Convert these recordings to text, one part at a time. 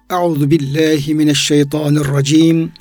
Euzu billahi mineşşeytanirracim.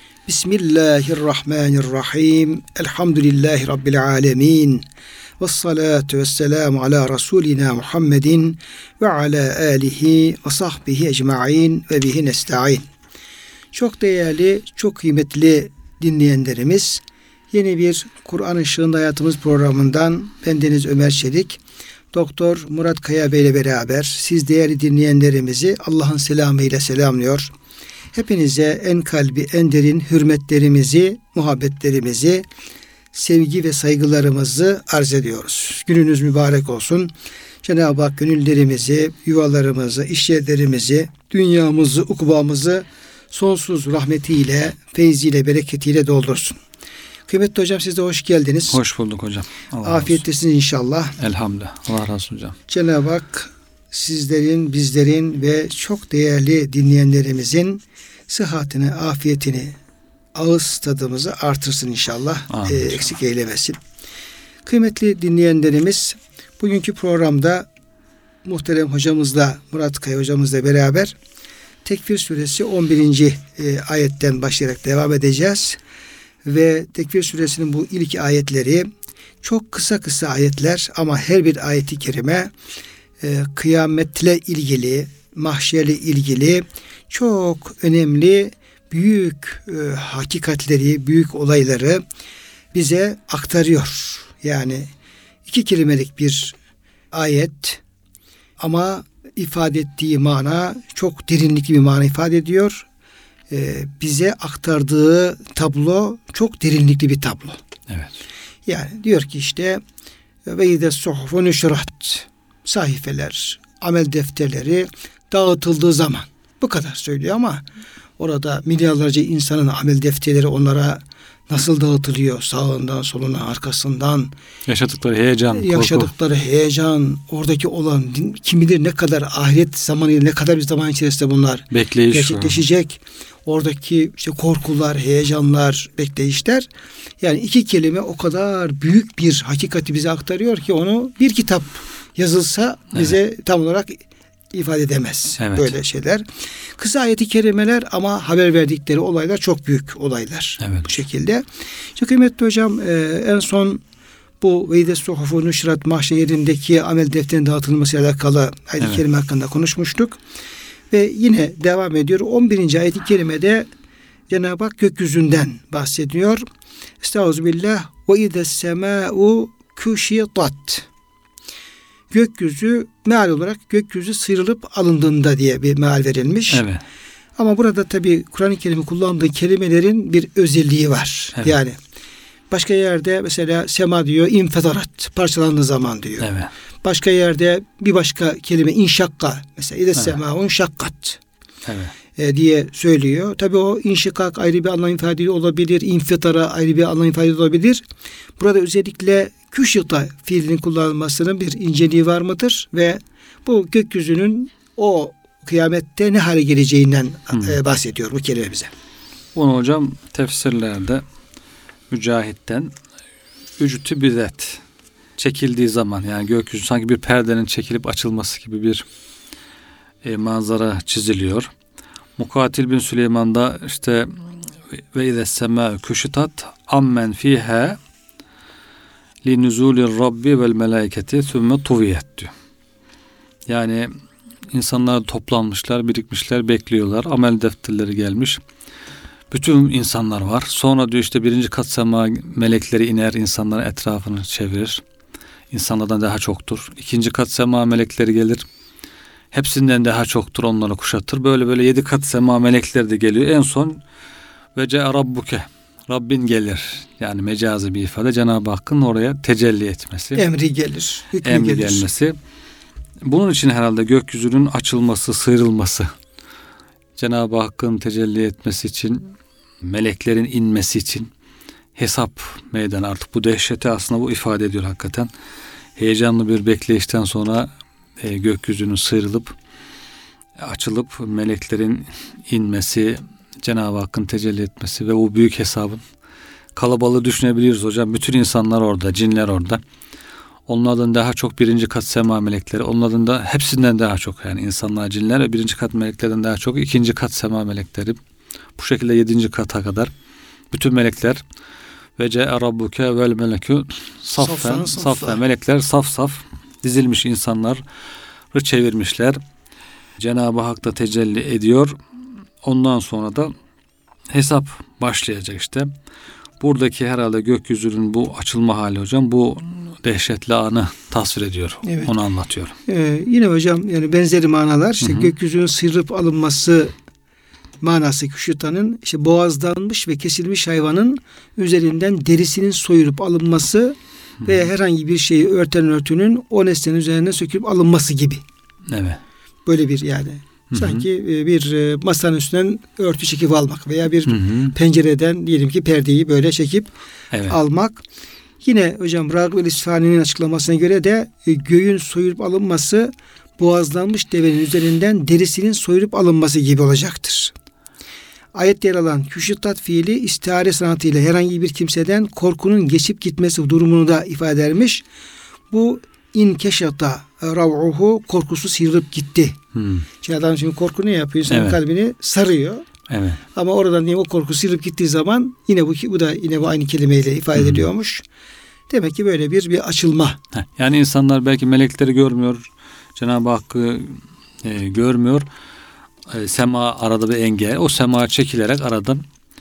Bismillahirrahmanirrahim. Elhamdülillahi Rabbil alemin. Vessalatu vesselamu ala Resulina Muhammedin ve ala alihi ve sahbihi ecma'in ve bihi nesta'in. Çok değerli, çok kıymetli dinleyenlerimiz, yeni bir Kur'an Işığında Hayatımız programından bendeniz Ömer Çelik, Doktor Murat Kaya Bey ile beraber siz değerli dinleyenlerimizi Allah'ın selamıyla selamlıyor. Hepinize en kalbi, en derin hürmetlerimizi, muhabbetlerimizi, sevgi ve saygılarımızı arz ediyoruz. Gününüz mübarek olsun. Cenab-ı Hak gönüllerimizi, yuvalarımızı, işyerlerimizi, dünyamızı, ukbamızı sonsuz rahmetiyle, feyziyle, bereketiyle doldursun. Kıymetli hocam, siz de hoş geldiniz. Hoş bulduk hocam. Afiyettesiniz inşallah. Elhamdülillah. Allah razı olsun hocam. Cenab-ı Hak sizlerin, bizlerin ve çok değerli dinleyenlerimizin sıhhatini, afiyetini, ağız tadımızı artırsın inşallah. Eksik eylemesin. Kıymetli dinleyenlerimiz, bugünkü programda muhterem hocamızla, Murat Kaya hocamızla beraber Tekvir Suresi 11. ayetten başlayarak devam edeceğiz. Ve Tekvir Suresinin bu ilk ayetleri çok kısa ayetler ama her bir ayeti kerime kıyametle ilgili, mahşerle ilgili çok önemli büyük hakikatleri, büyük olayları bize aktarıyor. Yani 2 kelimelik bir ayet ama ifade ettiği mana çok derinlikli bir mana ifade ediyor. Bize aktardığı tablo çok derinlikli bir tablo. Evet. Yani diyor ki işte ve ide suhufu nüşrat, sahifeler, amel defterleri dağıtıldığı zaman, bu kadar söylüyor ama orada milyarlarca insanın amel defterleri onlara nasıl dağıtılıyor? Sağından, soluna, arkasından. Yaşadıkları heyecan, oradaki olan kim bilir ne kadar ahiret zamanıyla, ne kadar bir zaman içerisinde bunlar gerçekleşecek. Oradaki işte korkular, heyecanlar, bekleyişler. Yani 2 kelime o kadar büyük bir hakikati bize aktarıyor ki onu bir kitap yazılsa bize tam olarak ifade edemez. Evet. Böyle şeyler. Kısa ayeti kerimeler ama haber verdikleri olaylar çok büyük olaylar. Evet. Bu şekilde. Çok kıymetli hocam, en son bu Veyde Suhufu Nüşrat mahşer yerindeki amel defterinin dağıtılmasıyla alakalı ayet-i kerime hakkında konuşmuştuk. Ve yine devam ediyor. 11. ayet-i kerimede Cenab-ı Hak gökyüzünden bahsediyor. Estağfirullah. Ve ides semâ'u kuşitat. Gökyüzü, meal olarak gökyüzü sıyrılıp alındığında diye bir meal verilmiş. Evet. Ama burada tabi Kur'an-ı Kerim'i kullandığı kelimelerin bir özelliği var. Evet. Yani başka yerde mesela sema diyor, infedarat, parçalandığı zaman diyor. Evet. Başka yerde bir başka kelime inşakka, mesela ides semâ'un şakkat diye söylüyor. Tabi o inşikak ayrı bir anlam ifade ediyor olabilir, infitara ayrı bir anlam ifade ediyor olabilir. Burada özellikle küşita fiilinin kullanılmasının bir inceliği var mıdır? Ve bu gökyüzünün o kıyamette ne hale geleceğinden bahsediyor bu kelime bize. Bunu hocam tefsirlerde Mücahit'ten üctü bizzat çekildiği zaman, yani gökyüzü sanki bir perdenin çekilip açılması gibi bir manzara çiziliyor. Mukatil bin Süleyman da işte ve ides semâ küşitat ammen fîhâ li nüzûlir rabbi vel melâiketi sümme tuviyet diyor. Yani insanlar toplanmışlar, birikmişler, bekliyorlar. Amel defterleri gelmiş. Bütün insanlar var. Sonra diyor işte 1. kat sema melekleri iner, insanların etrafını çevirir. İnsanlardan daha çoktur. 2. kat sema melekleri gelir. Hepsinden daha çoktur, onları kuşatır. Böyle 7 kat sema melekleri de geliyor. En son ve ce'a rabbuke, Rabbin gelir. Yani mecazi bir ifade, Cenab-ı Hakk'ın oraya tecelli etmesi. Emri gelir. Emri gelmesi. Bunun için herhalde gökyüzünün açılması, sıyrılması, Cenab-ı Hakk'ın tecelli etmesi için, meleklerin inmesi için hesap meydanı, artık bu dehşeti aslında bu ifade ediyor hakikaten. Heyecanlı bir bekleyişten sonra gökyüzünün sıyrılıp açılıp meleklerin inmesi, Cenab-ı Hakk'ın tecelli etmesi ve o büyük hesabın kalabalığı düşünebiliyoruz hocam. Bütün insanlar orada, cinler orada. Onlardan daha çok birinci kat sema melekleri, onlardan da hepsinden daha çok, yani insanlar, cinler ve birinci kat meleklerden daha çok ikinci kat sema melekleri. Bu şekilde 7. kata kadar bütün melekler ve ce'e rabbuke vel melekü saffen, melekler saf saf dizilmiş, insanları çevirmişler. Cenab-ı Hak da tecelli ediyor. Ondan sonra da hesap başlayacak işte. Buradaki herhalde gökyüzünün bu açılma hali hocam, bu dehşetli anı tasvir ediyor. Evet. Onu anlatıyor. Yine hocam yani benzeri manalar, işte gökyüzünün sıyrılıp alınması manası küşütanın, işte boğazlanmış ve kesilmiş hayvanın üzerinden derisinin soyulup alınması veya herhangi bir şeyi örten örtünün o nesnenin üzerinden sökülüp alınması gibi. Evet. Böyle bir yani sanki bir masanın üstünden örtü çekip almak veya bir pencereden diyelim ki perdeyi böyle çekip almak. Yine hocam Ragıb el-İsfahani'nin açıklamasına göre de göğün soyulup alınması boğazlanmış devenin üzerinden derisinin soyulup alınması gibi olacaktır. Ayette yer alan küşütat fiili istihare sanatıyla herhangi bir kimseden korkunun geçip gitmesi durumunu da ifade edermiş. Bu inkeşata rav'uhu, korkusu sıyrılıp gitti. Adam şimdi korku ne yapıyor? İnsanın kalbini sarıyor. Evet. Ama oradan o korku sıyrılıp gittiği zaman yine bu da yine bu aynı kelimeyle ifade ediliyormuş. Demek ki böyle bir açılma. Yani insanlar belki melekleri görmüyor, Cenab-ı Hakk'ı görmüyor. Sema arada bir engel. O sema çekilerek aradan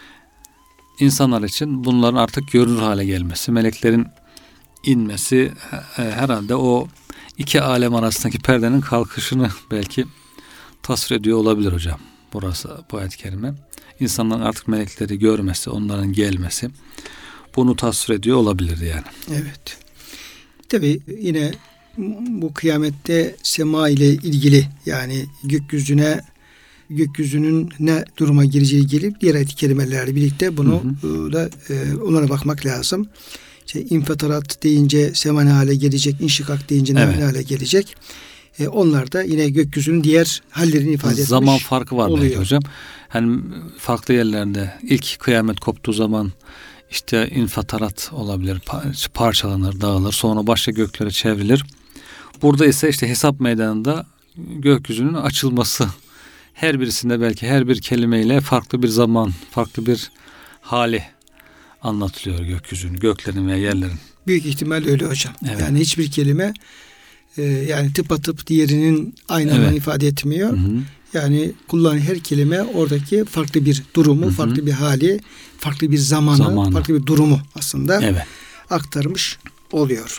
insanlar için bunların artık görünür hale gelmesi, meleklerin inmesi herhalde o iki alem arasındaki perdenin kalkışını belki tasvir ediyor olabilir hocam. Burası bu ayet-i kerime. İnsanların artık melekleri görmesi, onların gelmesi bunu tasvir ediyor olabilir yani. Evet. Tabii yine bu kıyamette sema ile ilgili, yani gökyüzünün ne duruma gireceği ilgili diğer ayet-i kerimelerle birlikte bunu da onlara bakmak lazım. İşte infatarat deyince sema ne hale gelecek, inşikak deyince ne hale gelecek. Onlar da yine gökyüzünün diğer hallerini ifade etmiş. Zaman farkı var belki hocam. Hani farklı yerlerde ilk kıyamet koptuğu zaman işte infatarat olabilir, parçalanır, dağılır, sonra başka göklere çevrilir. Burada ise işte hesap meydanında gökyüzünün açılması, her birisinde belki her bir kelimeyle farklı bir zaman, farklı bir hali anlatılıyor gökyüzünün, göklerin ve yerlerin. Büyük ihtimal öyle hocam. Evet. Yani hiçbir kelime yani tıpatıp diğerinin aynı anlamı ifade etmiyor. Yani kullanılan her kelime oradaki farklı bir durumu, farklı bir hali, farklı bir zamanı, farklı bir durumu aslında aktarmış oluyor.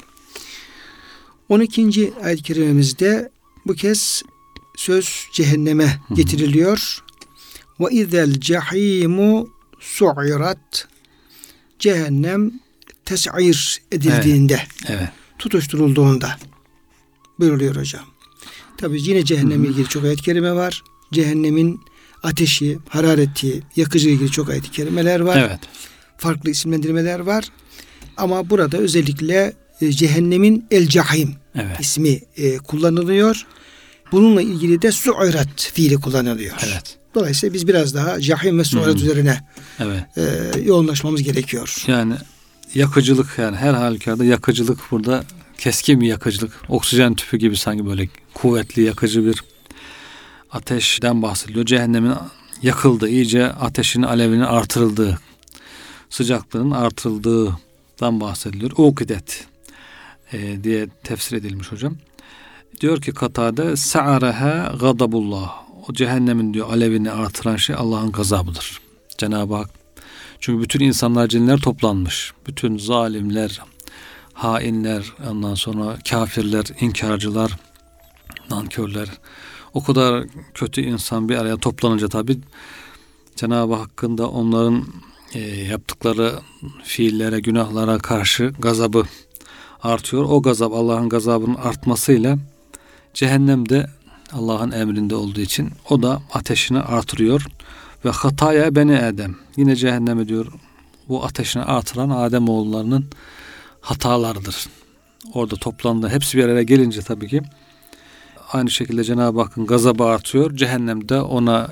12. ayet-i kerimemizde bu kez söz cehenneme getiriliyor. Ve izel cehimu su'irat, cehennem tes'ir edildiğinde, tutuşturulduğunda buyuruluyor hocam. Tabii yine cehennemle ilgili çok ayet-i kerime var. Cehennemin ateşi, harareti, yakıcı ilgili çok ayet-i kerimeler var. Evet. Farklı isimlendirmeler var. Ama burada özellikle cehennemin el cahim ismi kullanılıyor. Bununla ilgili de su'irat fiili kullanılıyor. Evet. Dolayısıyla biz biraz daha cahim ve su'irat üzerine yoğunlaşmamız gerekiyor. Yani yakıcılık, yani her halükarda yakıcılık burada, keskin bir yakıcılık. Oksijen tüpü gibi sanki böyle kuvvetli yakıcı bir ateşten bahsediliyor. Cehennemin yakıldığı, iyice ateşin alevinin artırıldığı, sıcaklığının artırıldığından bahsediliyor. Ukidet diye tefsir edilmiş hocam. Diyor ki Katade, sa'araha gadabullah. O cehennemin diyor alevini artıran şey Allah'ın gazabıdır. Cenab-ı Hak. Çünkü bütün insanlar, cinler toplanmış. Bütün zalimler, hainler, ondan sonra kafirler, inkarcılar, nankörler, o kadar kötü insan bir araya toplanınca tabi Cenab-ı Hakk'ın da onların yaptıkları fiillere, günahlara karşı gazabı artıyor. O gazap, Allah'ın gazabının artmasıyla cehennemde Allah'ın emrinde olduğu için o da ateşini artırıyor. Ve hataya beni Adem. Yine cehenneme diyor, bu ateşini artıran Adem oğullarının hatalarıdır. Orada toplandı. Hepsi bir araya gelince tabii ki aynı şekilde Cenab-ı Hakk'ın gazabı artıyor. Cehennemde ona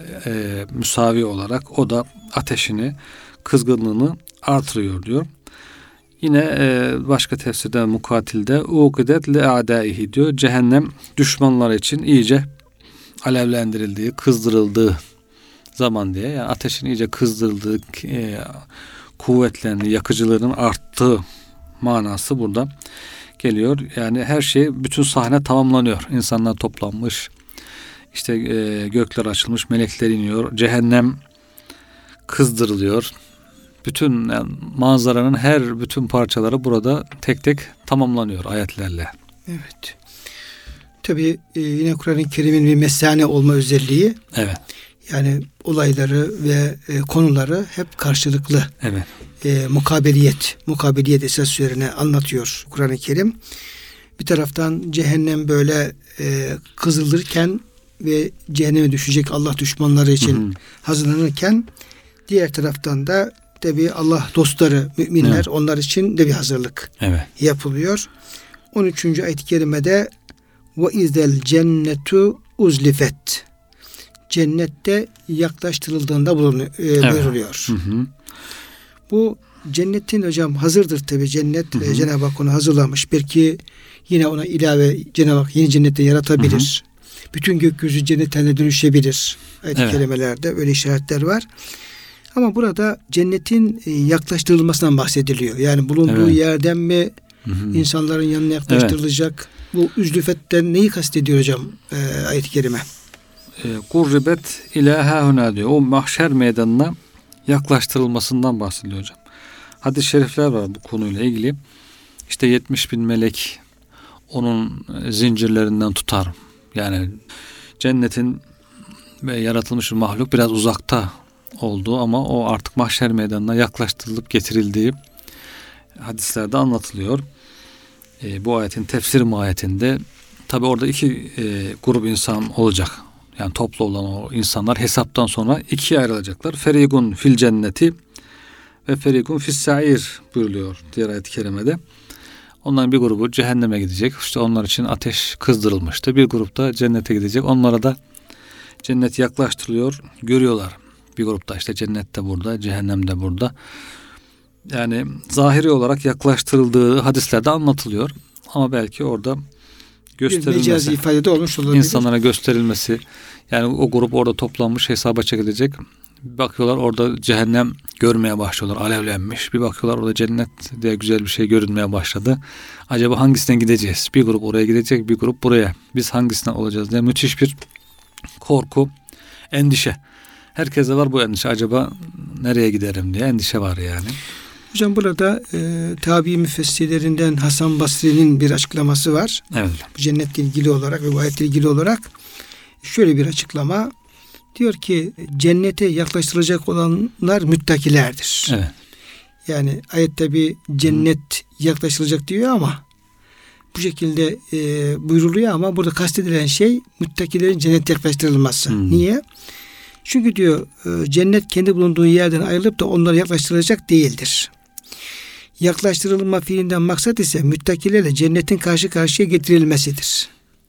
müsavi olarak o da ateşini, kızgınlığını artırıyor diyor. Yine başka tefsirde Mukatil'de uqidet li a'daihi diyor. Cehennem düşmanlar için iyice alevlendirildiği, kızdırıldığı zaman diye. Yani ateşin iyice kızdırıldığı, kuvvetlerini, yakıcılığının arttığı manası burada geliyor. Yani her şey, bütün sahne tamamlanıyor. İnsanlar toplanmış, işte gökler açılmış, melekler iniyor, cehennem kızdırılıyor. Bütün yani manzaranın bütün parçaları burada tek tek tamamlanıyor ayetlerle. Evet. Tabii yine Kur'an-ı Kerim'in bir mesane olma özelliği. Evet. Yani olayları ve konuları hep karşılıklı. Evet. Mukabiliyet esas üzerine anlatıyor Kur'an-ı Kerim. Bir taraftan cehennem böyle kızılırken ve cehenneme düşecek Allah düşmanları için hazırlanırken, diğer taraftan da tabii Allah dostları, müminler, evet, onlar için de bir hazırlık, evet, yapılıyor. 13. ayet-i kerimede ve izel cennetu uzlifet, cennette yaklaştırıldığında buyuruluyor. Evet. Bu cennetin hocam hazırdır tabii. Cennet Cenab-ı Hak onu hazırlamış. Belki yine ona ilave Cenab-ı Hak yeni cennette yaratabilir. Bütün gökyüzü cennet haline dönüşebilir. Ayet-i kerimelerde öyle işaretler var. Ama burada cennetin yaklaştırılmasından bahsediliyor. Yani bulunduğu yerden mi insanların yanına yaklaştırılacak? Bu üzlüfetten neyi kastediyor hocam ayet-i kerime? Kurribet ilaha huna diyor. O mahşer meydanına yaklaştırılmasından bahsediyor hocam. Hadis-i şerifler var bu konuyla ilgili. İşte 70 bin melek onun zincirlerinden tutar. Yani cennetin ve yaratılmış mahluk biraz uzakta olduğu ama o artık mahşer meydanına yaklaştırılıp getirildiği hadislerde anlatılıyor. Bu ayetin tefsir mahiyetinde tabi orada iki grup insan olacak. Yani toplu olan o insanlar hesaptan sonra ikiye ayrılacaklar. Ferigun fil cenneti ve ferigun fis sa'ir buyuruluyor diğer ayet-i kerimede. Onların bir grubu cehenneme gidecek. İşte onlar için ateş kızdırılmıştı. Bir grup da cennete gidecek. Onlara da cennet yaklaştırılıyor. Görüyorlar. Bir grupta işte cennet de burada, cehennem de burada. Yani zahiri olarak yaklaştırıldığı hadislerde anlatılıyor. Ama belki orada gösterilmesi, mecazi ifade de olmuş olabilir. İnsanlara gösterilmesi. Yani o grup orada toplanmış, hesaba çekilecek. Bir bakıyorlar orada cehennem görmeye başlıyorlar. Alevlenmiş. Bir bakıyorlar orada cennet diye güzel bir şey görünmeye başladı. Acaba hangisinden gideceğiz? Bir grup oraya gidecek, bir grup buraya. Biz hangisinden olacağız diye müthiş bir korku, endişe. Herkese var bu endişe. Acaba nereye giderim diye endişe var yani. Hocam burada tabi müfessirlerinden Hasan Basri'nin bir açıklaması var. Evet. Bu cennetle ilgili olarak ve bu ayetle ilgili olarak şöyle bir açıklama. Diyor ki cennete yaklaştırılacak olanlar müttakilerdir. Evet. Yani ayette bir cennet yaklaştırılacak diyor ama bu şekilde buyruluyor ama burada kastedilen şey müttakilerin cennete yaklaştırılması. Niye? Çünkü diyor cennet kendi bulunduğu yerden ayrılıp da onlara yaklaştırılacak değildir. Yaklaştırılma fiilinden maksat ise müttakilerle cennetin karşı karşıya getirilmesidir.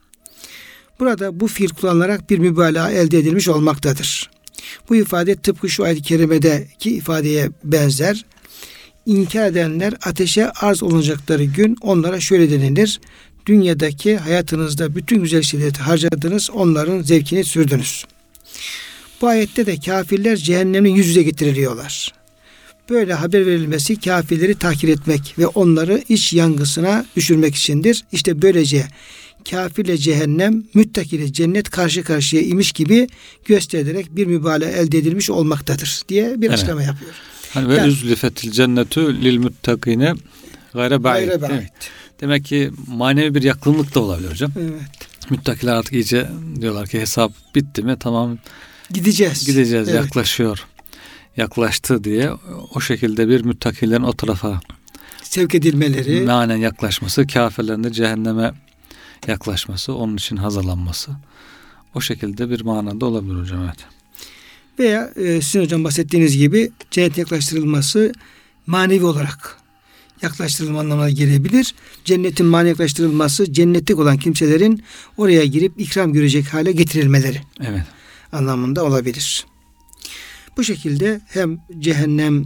Burada bu fiil kullanılarak bir mübalağa elde edilmiş olmaktadır. Bu ifade tıpkı şu ayet-i kerimedeki ifadeye benzer. İnkar edenler ateşe arz olacakları gün onlara şöyle denilir. Dünyadaki hayatınızda bütün güzel şeyleri harcadınız, onların zevkini sürdünüz. Bu ayette de kafirler cehennemle yüz yüze getiriliyorlar. Böyle haber verilmesi kafirleri tahkir etmek ve onları iç yangısına düşürmek içindir. İşte böylece kafirle cehennem, müttakiyle cennet karşı karşıya imiş gibi gösterilerek bir mübalağa elde edilmiş olmaktadır diye bir açıklama yapıyor. Hani ve üzlifetil cennetü lil muttakine gayre ba'id. Evet. Demek ki manevi bir yakınlık da olabilir hocam. Evet. Müttakiler artık iyice diyorlar ki hesap bitti mi? Tamam. Gideceğiz. Evet. Yaklaşıyor. Yaklaştı diye o şekilde bir müttakilerin o tarafa sevk edilmeleri, manen yaklaşması, kafirlerin de cehenneme yaklaşması, onun için hazırlanması. O şekilde bir manada olabilir hocam. Evet. Veya sizin hocam bahsettiğiniz gibi cennete yaklaştırılması manevi olarak yaklaştırılma anlamına gelebilir. Cennetin manevi yaklaştırılması cennetlik olan kimselerin oraya girip ikram görecek hale getirilmeleri anlamında olabilir. Bu şekilde hem cehennem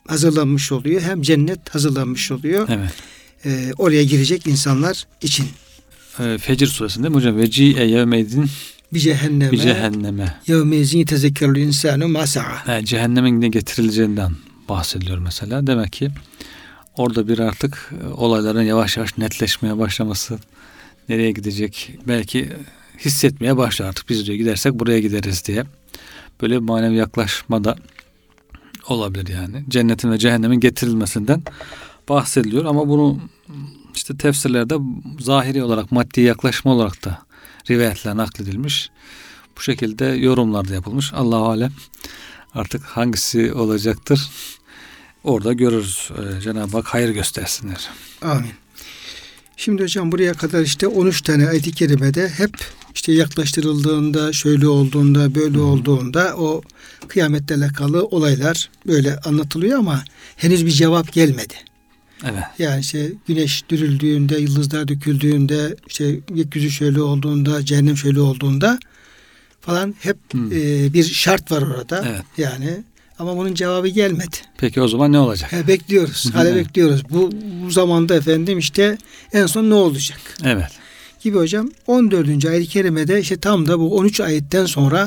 hazırlanmış oluyor, hem cennet hazırlanmış oluyor. Evet. Oraya girecek insanlar için. Fecr suresinde mi hocam? Veci'e yevmeydin Bir cehenneme. Yevmeyzin yetezekkerul insanu ma sa'a. Cehennemin ne getirileceğinden bahsediliyor mesela. Demek ki orada bir artık olayların yavaş yavaş netleşmeye başlaması, nereye gidecek belki hissetmeye başlar artık. Biz diyor gidersek buraya gideriz diye. Böyle bir manevi yaklaşma da olabilir yani. Cennetin ve cehennemin getirilmesinden bahsediliyor ama bunu işte tefsirlerde zahiri olarak, maddi yaklaşma olarak da rivayetler nakledilmiş. Bu şekilde yorumlar da yapılmış. Allahu alem artık hangisi olacaktır orada görürüz. Cenab-ı Hak hayır göstersinler. Amin. Şimdi hocam buraya kadar işte 13 tane ayet-i kerimede hep işte yaklaştırıldığında, şöyle olduğunda, böyle olduğunda o kıyametle alakalı olaylar böyle anlatılıyor ama henüz bir cevap gelmedi. Evet. Yani işte güneş dürüldüğünde, yıldızlar döküldüğünde, işte gökyüzü şöyle olduğunda, cehennem şöyle olduğunda falan hep bir şart var orada. Evet. Yani ama bunun cevabı gelmedi. Peki o zaman ne olacak? Bekliyoruz. Hala bekliyoruz. Bu zamanda efendim işte en son ne olacak? Evet. Gibi hocam 14. ayet-i kerimede işte tam da bu 13 ayetten sonra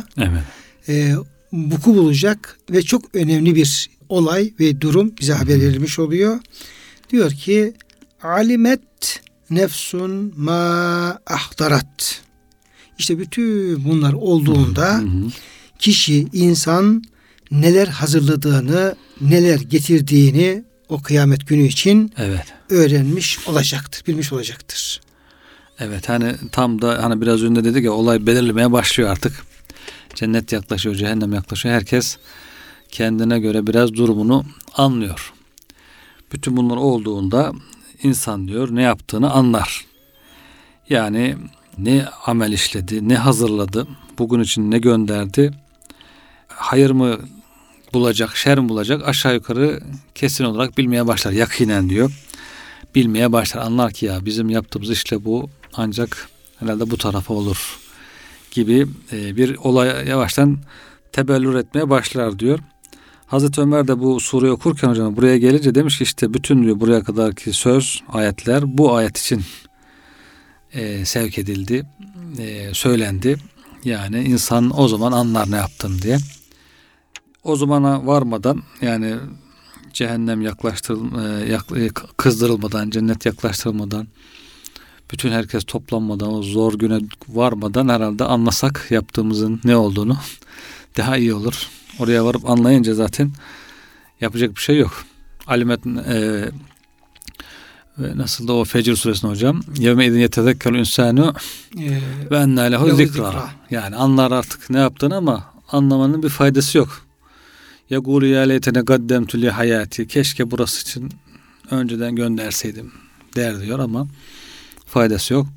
vuku bulacak ve çok önemli bir olay ve durum bize haber verilmiş oluyor. Diyor ki alimet nefsun ma ahdarat. İşte bütün bunlar olduğunda kişi, insan neler hazırladığını, neler getirdiğini o kıyamet günü için öğrenmiş olacaktır, bilmiş olacaktır. Evet, hani tam da hani biraz önce dedik ya, olay belirlemeye başlıyor artık. Cennet yaklaşıyor, cehennem yaklaşıyor. Herkes kendine göre biraz durumunu anlıyor. Bütün bunlar olduğunda insan diyor ne yaptığını anlar. Yani ne amel işledi, ne hazırladı, bugün için ne gönderdi, hayır mı bulacak, şer mi bulacak, aşağı yukarı kesin olarak bilmeye başlar. Yakinen diyor. Bilmeye başlar. Anlar ki ya bizim yaptığımız işle bu ancak herhalde bu tarafa olur gibi bir olay yavaştan tebellür etmeye başlar diyor. Hazreti Ömer de bu sureyi okurken hocam buraya gelince demiş ki işte bütün diyor buraya kadarki söz, ayetler bu ayet için sevk edildi, söylendi. Yani insan o zaman anlar ne yaptın diye. O zamana varmadan yani cehennem kızdırılmadan, cennet yaklaştırılmadan, bütün herkes toplanmadan, o zor güne varmadan herhalde anlasak yaptığımızın ne olduğunu daha iyi olur. Oraya varıp anlayınca zaten yapacak bir şey yok. Alimet nasıl da o Fecr suresinde hocam, yevme idin yetezekkerul insanu ve ennâ lehu zikra. Yani anlar artık ne yaptığını ama anlamanın bir faydası yok. Yegûlü ya leytene gaddemtü li hayati. Keşke burası için önceden gönderseydim der diyor ama faydası yok.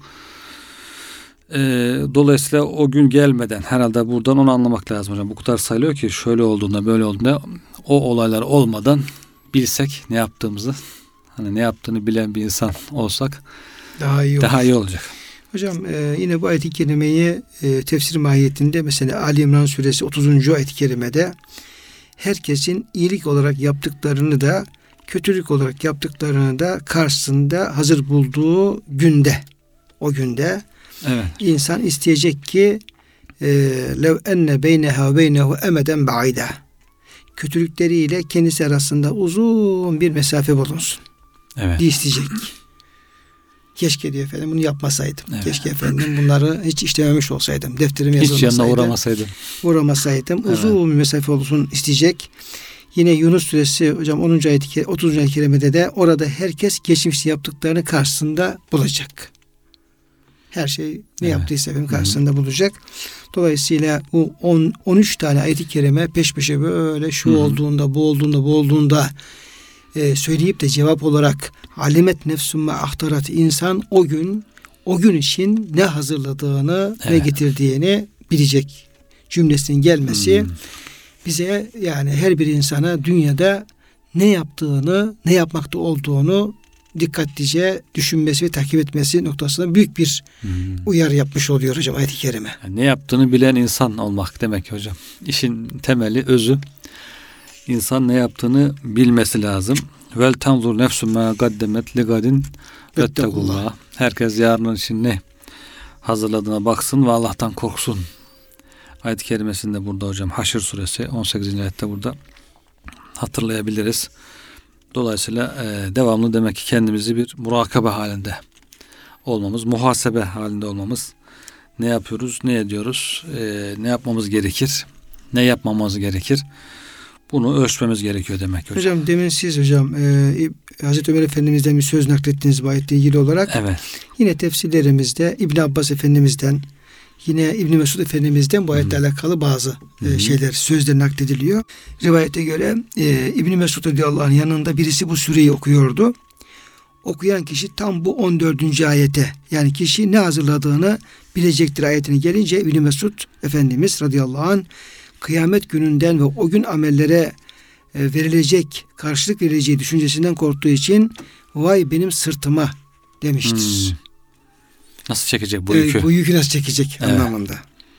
Dolayısıyla o gün gelmeden herhalde buradan onu anlamak lazım hocam. Bu kadar sayılıyor ki şöyle olduğunda böyle olduğunda o olaylar olmadan bilsek ne yaptığımızı, hani ne yaptığını bilen bir insan olsak daha iyi olacak. Hocam yine bu ayet-i kerimeyi tefsir mahiyetinde mesela Ali İmran suresi 30. ayet-i kerimede herkesin iyilik olarak yaptıklarını da kötülük olarak yaptıklarını da karşısında hazır bulduğu günde, o günde insan isteyecek ki lev enne beyneha ve beynehu emeden ba'ida, kötülükleriyle kendisi arasında uzun bir mesafe bulunsun. Diye isteyecek. Keşke diyor efendim bunu yapmasaydım. Keşke efendim bunları hiç işlememiş olsaydım. Defterime yazılmasaydı. Hiç yanına uğramasaydım. Uzun bir mesafe olsun isteyecek. Yine Yunus suresi hocam 10. ayet-i 30. ayet-i kerimede de orada herkes geçmişte yaptıklarını karşısında bulacak. Her şey ne yaptıysa efendim karşısında bulacak. Dolayısıyla bu 13 tane ayet-i kerime peş peşe böyle şu olduğunda, bu olduğunda, bu olduğunda söyleyip de cevap olarak alimet nefsümme ahtarat, insan o gün için ne hazırladığını, ne getirdiğini bilecek cümlesinin gelmesi bize yani her bir insana dünyada ne yaptığını, ne yapmakta olduğunu dikkatlice düşünmesi ve takip etmesi noktasında büyük bir uyarı yapmış oluyor hocam ayet-i kerime. Yani ne yaptığını bilen insan olmak demek hocam. İşin temeli, özü. İnsan ne yaptığını bilmesi lazım. Vel tanzur nefsü ma gaddemet li gadin vettegullah. Herkes yarın için ne hazırladığına baksın ve Allah'tan korksun. Ayet-i kerimesinde burada hocam Haşr suresi 18. ayette burada hatırlayabiliriz. Dolayısıyla devamlı demek ki kendimizi bir murakabe halinde olmamız, muhasebe halinde olmamız. Ne yapıyoruz, ne ediyoruz, ne yapmamız gerekir, ne yapmamamız gerekir. Bunu ölçmemiz gerekiyor demek hocam. Hocam demin siz Hazreti Ömer Efendimiz'den bir söz naklettiniz bu ayetle ilgili olarak. Evet. Yine tefsirlerimizde İbn Abbas Efendimiz'den, yine İbn Mesud Efendimiz'den bu ayetle alakalı bazı sözler naklediliyor. Rivayete göre İbn Mesud radıyallahu anh yanında birisi bu sureyi okuyordu. Okuyan kişi tam bu 14. ayete, yani kişi ne hazırladığını bilecektir ayetine gelince İbn Mesud Efendimiz radıyallahu anh kıyamet gününden ve o gün amellere karşılık verileceği düşüncesinden korktuğu için vay benim sırtıma demiştir. Nasıl çekecek bu yükü? Bu yükü nasıl çekecek anlamında.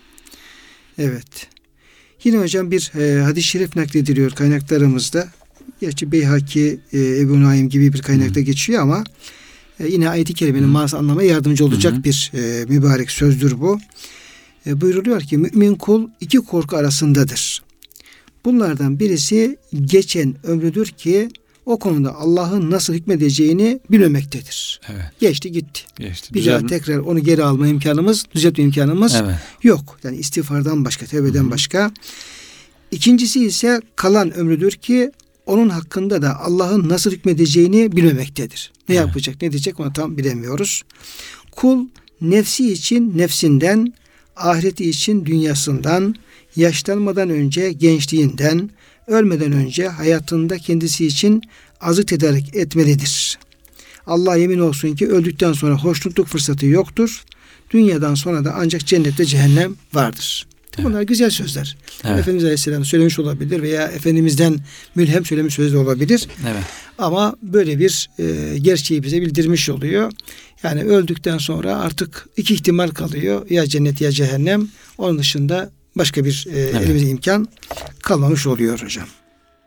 Evet. Yine hocam bir hadis-i şerif naklediliyor kaynaklarımızda. Gerçi Beyhaki, Ebu Naim gibi bir kaynakta geçiyor ama yine ayet-i kerimenin manası anlamaya yardımcı olacak bir mübarek sözdür bu. Buyruluyor ki mümin kul iki korku arasındadır. Bunlardan birisi geçen ömrüdür ki o konuda Allah'ın nasıl hükmedeceğini bilmemektedir. Evet. Geçti gitti. Bir daha tekrar onu geri alma imkanımız, düzeltme imkanımız yok. Yani istiğfardan başka, tevbeden başka. İkincisi ise kalan ömrüdür ki onun hakkında da Allah'ın nasıl hükmedeceğini bilmemektedir. Ne yapacak, ne diyecek onu tam bilemiyoruz. Kul nefsi için nefsinden, ahireti için dünyasından, yaşlanmadan önce gençliğinden, ölmeden önce hayatında kendisi için azık tedarik etmelidir. Allah yemin olsun ki öldükten sonra hoşnutluk fırsatı yoktur. Dünyadan sonra da ancak cennet ve cehennem vardır. Bunlar güzel sözler. Efendimiz Aleyhisselam söylemiş olabilir veya Efendimiz'den mülhem söylemiş sözler olabilir. Ama böyle bir gerçeği bize bildirmiş oluyor. Yani öldükten sonra artık iki ihtimal kalıyor. Ya cennet ya cehennem. Onun dışında başka bir elimize imkan kalmamış oluyor hocam.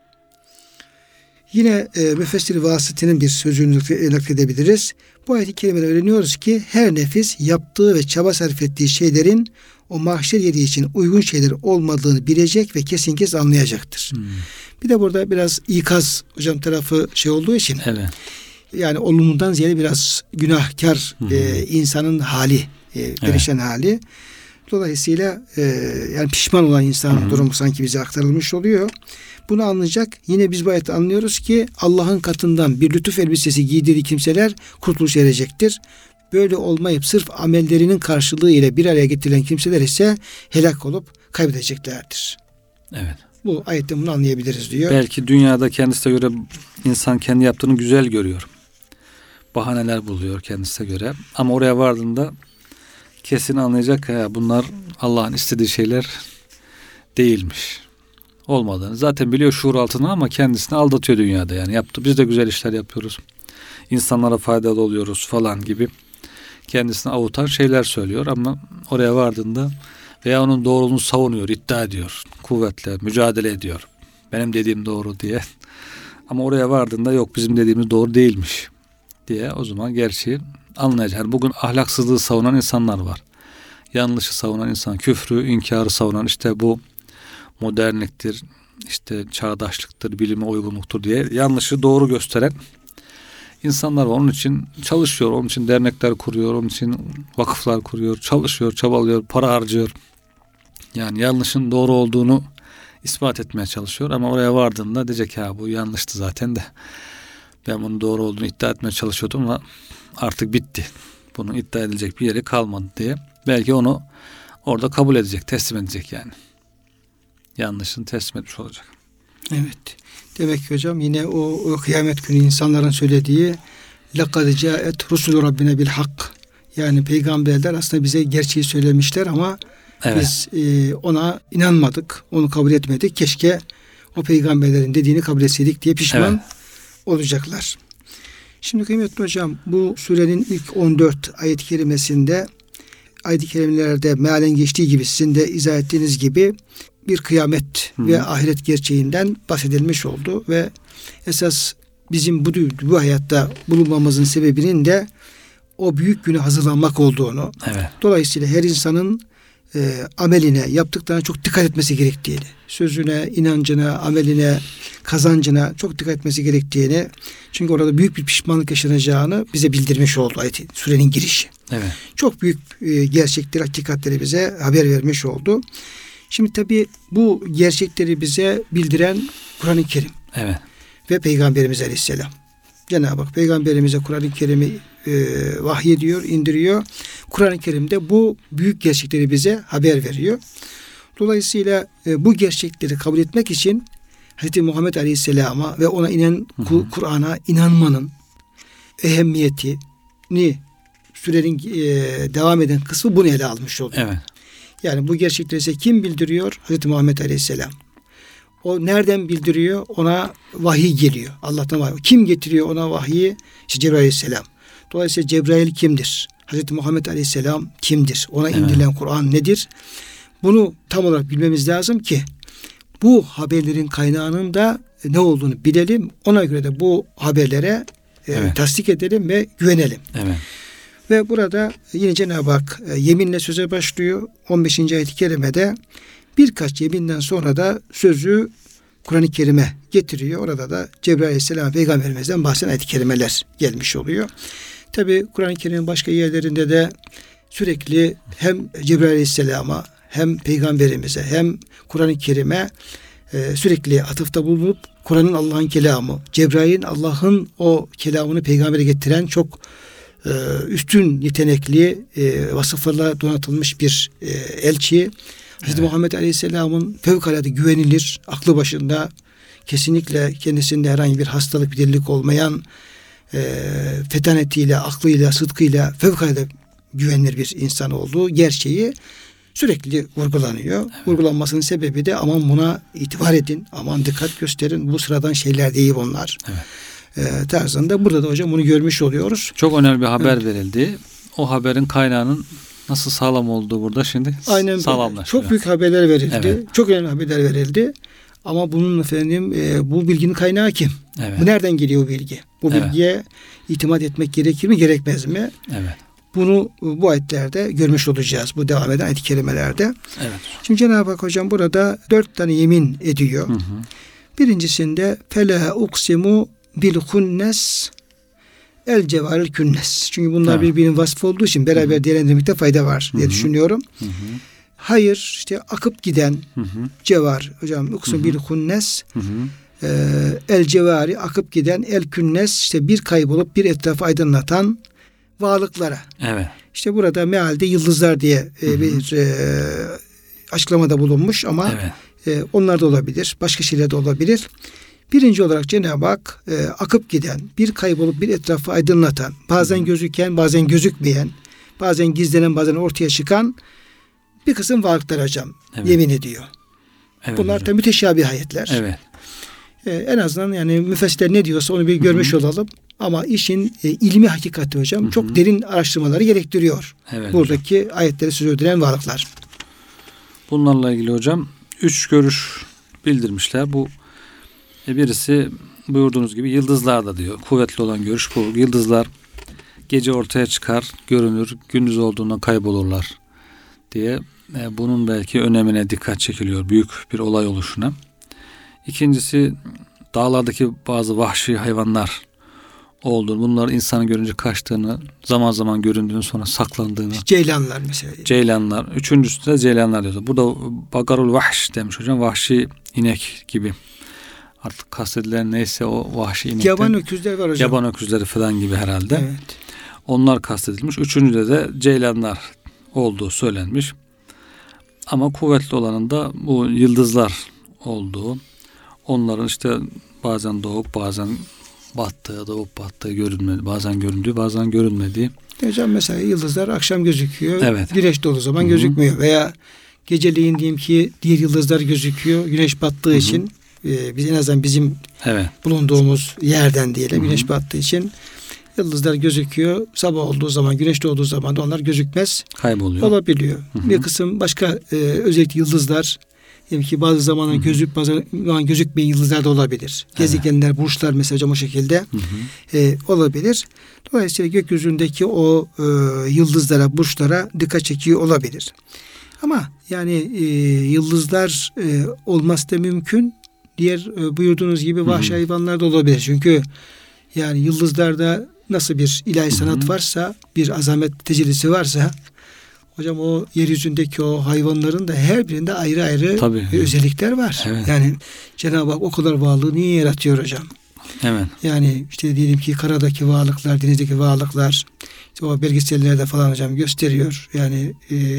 Yine Müfessir Vasıti'nin bir sözünü nakledebiliriz. Bu ayet-i kerimede öğreniyoruz ki her nefis yaptığı ve çaba sarf ettiği şeylerin o mahşer yeri için uygun şeyler olmadığını bilecek ve kesin kes anlayacaktır. Bir de burada biraz ikaz hocam tarafı olduğu için yani olumludan ziyade biraz günahkar insanın hali, perişan hali. Dolayısıyla yani pişman olan insan durumu sanki bize aktarılmış oluyor. Bunu anlayacak. Yine biz bu ayette anlıyoruz ki Allah'ın katından bir lütuf elbisesi giydirdiği kimseler kurtuluş erecektir. Böyle olmayıp sırf amellerinin karşılığı ile bir araya getirilen kimseler ise helak olup kaybedeceklerdir. Evet. Bu ayette bunu anlayabiliriz diyor. Belki dünyada kendisine göre insan kendi yaptığını güzel görüyor. Bahaneler buluyor kendisine göre. Ama oraya vardığında kesin anlayacak ya bunlar Allah'ın istediği şeyler değilmiş. Olmadığını zaten biliyor şuur altına ama kendisini aldatıyor dünyada yani yaptı. Biz de güzel işler yapıyoruz. İnsanlara faydalı oluyoruz falan gibi kendisini avutan şeyler söylüyor ama oraya vardığında veya onun doğruluğunu savunuyor, iddia ediyor. Kuvvetle mücadele ediyor. Benim dediğim doğru diye. Ama oraya vardığında yok bizim dediğimiz doğru değilmiş diye o zaman gerçeği anlayacak. Yani bugün ahlaksızlığı savunan insanlar var. Yanlışı savunan insan, küfrü, inkarı savunan işte bu modernliktir, işte çağdaşlıktır, bilime uygunluktur diye yanlışı doğru gösteren insanlar var. Onun için çalışıyor, onun için dernekler kuruyor, onun için vakıflar kuruyor, çalışıyor, çabalıyor, para harcıyor. Yani yanlışın doğru olduğunu ispat etmeye çalışıyor ama oraya vardığında diyecek ya bu yanlıştı zaten de ben bunun doğru olduğunu iddia etmeye çalışıyordum ama artık bitti. Bunun iddia edilecek bir yeri kalmadı diye. Belki onu orada kabul edecek, teslim edecek yani. Yanlışını teslim etmiş olacak. Evet. Demek ki hocam yine o kıyamet günü insanların söylediği لَقَدْ جَاءَتْ رُسُلُ رَبِّنَا بِالْحَقِّ yani peygamberler aslında bize gerçeği söylemişler ama biz ona inanmadık, onu kabul etmedik. Keşke o peygamberlerin dediğini kabul etseydik diye pişman olacaklar. Şimdi kıymetli hocam bu surenin ilk 14 ayet-i kerimesinde ayet-i kerimelerde mealen geçtiği gibi sizin de izah ettiğiniz gibi bir kıyamet ve ahiret gerçeğinden bahsedilmiş oldu ve esas bizim bu hayatta bulunmamızın sebebinin de o büyük güne hazırlanmak olduğunu, dolayısıyla her insanın ameline, yaptıklarına çok dikkat etmesi gerektiğini, sözüne, inancına, ameline, kazancına çok dikkat etmesi gerektiğini, çünkü orada büyük bir pişmanlık yaşanacağını bize bildirmiş oldu ayetin, surenin girişi. Evet. Çok büyük gerçekleri, hakikatleri bize haber vermiş oldu. Şimdi tabii bu gerçekleri bize bildiren Kur'an-ı Kerim. Evet. Ve Peygamberimiz Aleyhisselam. Cenab-ı Hak Peygamberimize Kur'an-ı Kerim'i vahyediyor, indiriyor. Kur'an-ı Kerim'de bu büyük gerçekleri bize haber veriyor. Dolayısıyla bu gerçekleri kabul etmek için Hz. Muhammed Aleyhisselam'a ve ona inen Kur'an'a inanmanın ehemmiyetini sürenin devam eden kısmı bunu ele almış oluyor. Evet. Yani bu gerçekleri size kim bildiriyor? Hz. Muhammed Aleyhisselam. O nereden bildiriyor? Ona vahiy geliyor. Allah'tan vahiy. Kim getiriyor ona vahyi? İşte Cebrail Aleyhisselam. Dolayısıyla Cebrail kimdir? Hz. Muhammed Aleyhisselam kimdir? Ona indirilen Kur'an nedir? Bunu tam olarak bilmemiz lazım ki bu haberlerin kaynağının da ne olduğunu bilelim. Ona göre de bu haberlere tasdik edelim ve güvenelim. Evet. Ve burada yine Cenab-ı Hak yeminle söze başlıyor. 15. ayet-i kerimede birkaç yeminden sonra da sözü Kur'an-ı Kerim'e getiriyor. Orada da Cebrail Aleyhisselam Peygamberimizden bahseden ayet-i kerimeler gelmiş oluyor. Tabi Kur'an-ı Kerim'in başka yerlerinde de sürekli hem Cebrail Aleyhisselam'a hem Peygamberimize hem Kur'an-ı Kerim'e sürekli atıfta bulunup Kur'an'ın Allah'ın kelamı, Cebrail'in Allah'ın o kelamını peygambere getiren çok üstün yetenekli vasıflarla donatılmış bir elçi. Hz. Muhammed Aleyhisselam'ın fevkalade güvenilir, aklı başında, kesinlikle kendisinde herhangi bir hastalık, bir delilik olmayan, fetanetiyle, aklıyla, sıdkıyla fevkalade güvenilir bir insan olduğu gerçeği sürekli vurgulanıyor. Evet. Vurgulanmasının sebebi de aman buna itibar edin, aman dikkat gösterin, bu sıradan şeyler değil bunlar. Evet. Tarzında burada da hocam bunu görmüş oluyoruz. Çok önemli bir haber verildi. O haberin kaynağının nasıl sağlam olduğu burada şimdi sağlamlaşıyor. Çok büyük haberler verildi. Evet. Çok önemli haberler verildi. Ama bunun efendim bu bilginin kaynağı kim? Evet. Bu nereden geliyor bu bilgi? Bu bilgiye itimat etmek gerekir mi, gerekmez mi? Evet. Bunu bu ayetlerde görmüş olacağız. Bu devam eden ayet-i kerimelerde. Evet. Şimdi Cenab-ı Hak hocam burada 4 tane yemin ediyor. Hı hı. Birincisinde fela uksimu bil hunnes el cevaril künnes. Çünkü bunlar birbirinin vasfı olduğu için beraber değerlendirmekte fayda var diye düşünüyorum. Hı hı. Hayır, işte akıp giden cevar hocam uksim bil hunnes, el cevari akıp giden, el künnes işte bir kaybolup bir etrafı aydınlatan varlıklara. Evet. İşte burada mealde yıldızlar diye bir açıklamada bulunmuş ama onlar da olabilir. Başka şeyler de olabilir. Birinci olarak Cenab-ı Hak akıp giden, bir kaybolup bir etrafı aydınlatan, bazen gözüken, bazen gözükmeyen, bazen gizlenen, bazen ortaya çıkan bir kısım varlıklar hocam yemin ediyor. Evet, bunlar da müteşabih ayetler. Evet. En azından yani müfessirler ne diyorsa onu bir görmüş olalım. Ama işin ilmi hakikati hocam çok derin araştırmaları gerektiriyor. Evet, buradaki hocam. Ayetleri söz edilen varlıklar. Bunlarla ilgili hocam 3 görüş bildirmişler. Bu birisi buyurduğunuz gibi yıldızlarda diyor. Kuvvetli olan görüş bu. Yıldızlar gece ortaya çıkar, görünür, gündüz olduğunda kaybolurlar diye bunun belki önemine dikkat çekiliyor. Büyük bir olay oluşuna. İkincisi dağlardaki bazı vahşi hayvanlar olduğunu, bunlar insanı görünce kaçtığını, zaman zaman göründüğünü sonra saklandığını. Ceylanlar mesela. Ceylanlar. Üçüncüsü de ceylanlar diyor. Burada bagarul vahş demiş hocam. Vahşi inek gibi. Artık kastedilen neyse o vahşi inekten. Yaban öküzler var hocam. Yaban öküzleri falan gibi herhalde. Evet. Onlar kastedilmiş. Üçüncüde de ceylanlar olduğu söylenmiş. Ama kuvvetli olanın da bu yıldızlar olduğu. Onların işte bazen doğup bazen battığı, doğup battığı görünmedi. Bazen göründüğü, bazen görünmediği. Hocam mesela yıldızlar akşam gözüküyor. Evet. Güneş doğduğu zaman gözükmüyor. Veya geceleyin diyeyim ki diğer yıldızlar gözüküyor. Güneş battığı için biz en azından bizim bulunduğumuz yerden diyelim. Güneş battığı için yıldızlar gözüküyor. Sabah olduğu zaman, güneş doğduğu zaman da onlar gözükmez. Kayboluyor. Olabiliyor. Bir kısım başka özellikle yıldızlar Diyelim ki bazı zamanlar bazı zaman gözükmeyen yıldızlar da olabilir. Gezegenler, burçlar mesela hocam o şekilde olabilir. Dolayısıyla gökyüzündeki o yıldızlara, burçlara dikkat çekiyor olabilir. Ama yani yıldızlar olması da mümkün. Diğer buyurduğunuz gibi vahşi hayvanlar da olabilir. Çünkü yani yıldızlarda nasıl bir ilahi sanat varsa, bir azamet tecellisi varsa hocam o yeryüzündeki o hayvanların da her birinde ayrı ayrı özellikler var. Evet. Yani Cenab-ı Hak o kadar varlığı niye yaratıyor hocam? Evet. Yani işte diyelim ki karadaki varlıklar, denizdeki varlıklar, işte o belgesellerde falan hocam gösteriyor. Yani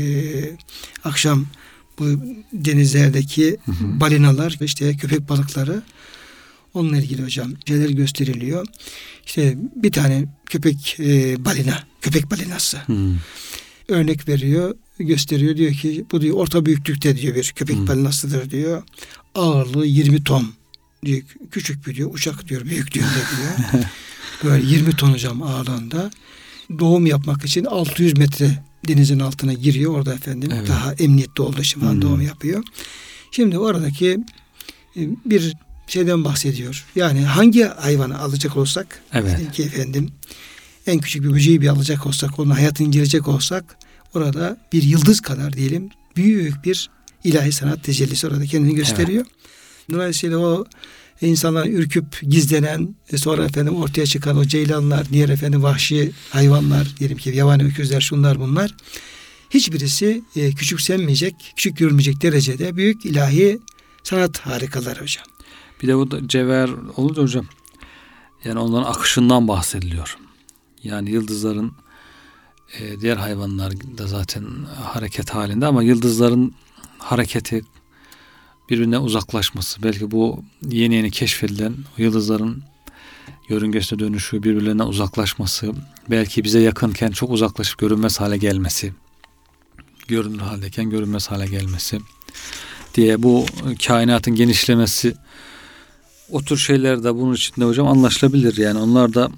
akşam bu denizlerdeki balinalar, işte köpek balıkları, onunla ilgili hocam şeyler gösteriliyor. İşte bir tane köpek balinası. Örnek veriyor, gösteriyor. Diyor ki bu diyor orta büyüklükte diyor bir köpek balinasıdır diyor. Ağırlığı 20 ton diyor. Küçük bir diyor uçak diyor büyüklüğünde diyor. Böyle 20 ton hocam ağırlığında. Doğum yapmak için 600 metre denizin altına giriyor. Orada efendim daha emniyetli olduğu için falan doğum yapıyor. Şimdi oradaki bir şeyden bahsediyor. Yani hangi hayvanı alacak olsak ki efendim en küçük bir böceği bir alacak olsak, onun hayatını inceleyecek olsak orada bir yıldız kadar diyelim büyük bir ilahi sanat tecellisi orada kendini gösteriyor. Dolayısıyla o insanların ürküp gizlenen sonra efendim ortaya çıkan o ceylanlar, diğer efendim vahşi hayvanlar, diyelim ki yabani öküzler, şunlar bunlar, hiçbirisi küçümsenmeyecek, küçük görülmeyecek derecede büyük ilahi sanat harikaları hocam. Bir de bu da cevher olur hocam. Yani onların akışından bahsediliyor. Yani yıldızların diğer hayvanlar da zaten hareket halinde ama yıldızların hareketi, birbirine uzaklaşması, belki bu yeni yeni keşfedilen yıldızların yörüngesine dönüşü, birbirlerine uzaklaşması, belki bize yakınken çok uzaklaşıp görünmez hale gelmesi, görünür haldeyken görünmez hale gelmesi diye bu kainatın genişlemesi, o tür şeyler de bunun içinde hocam anlaşılabilir. Yani onlar da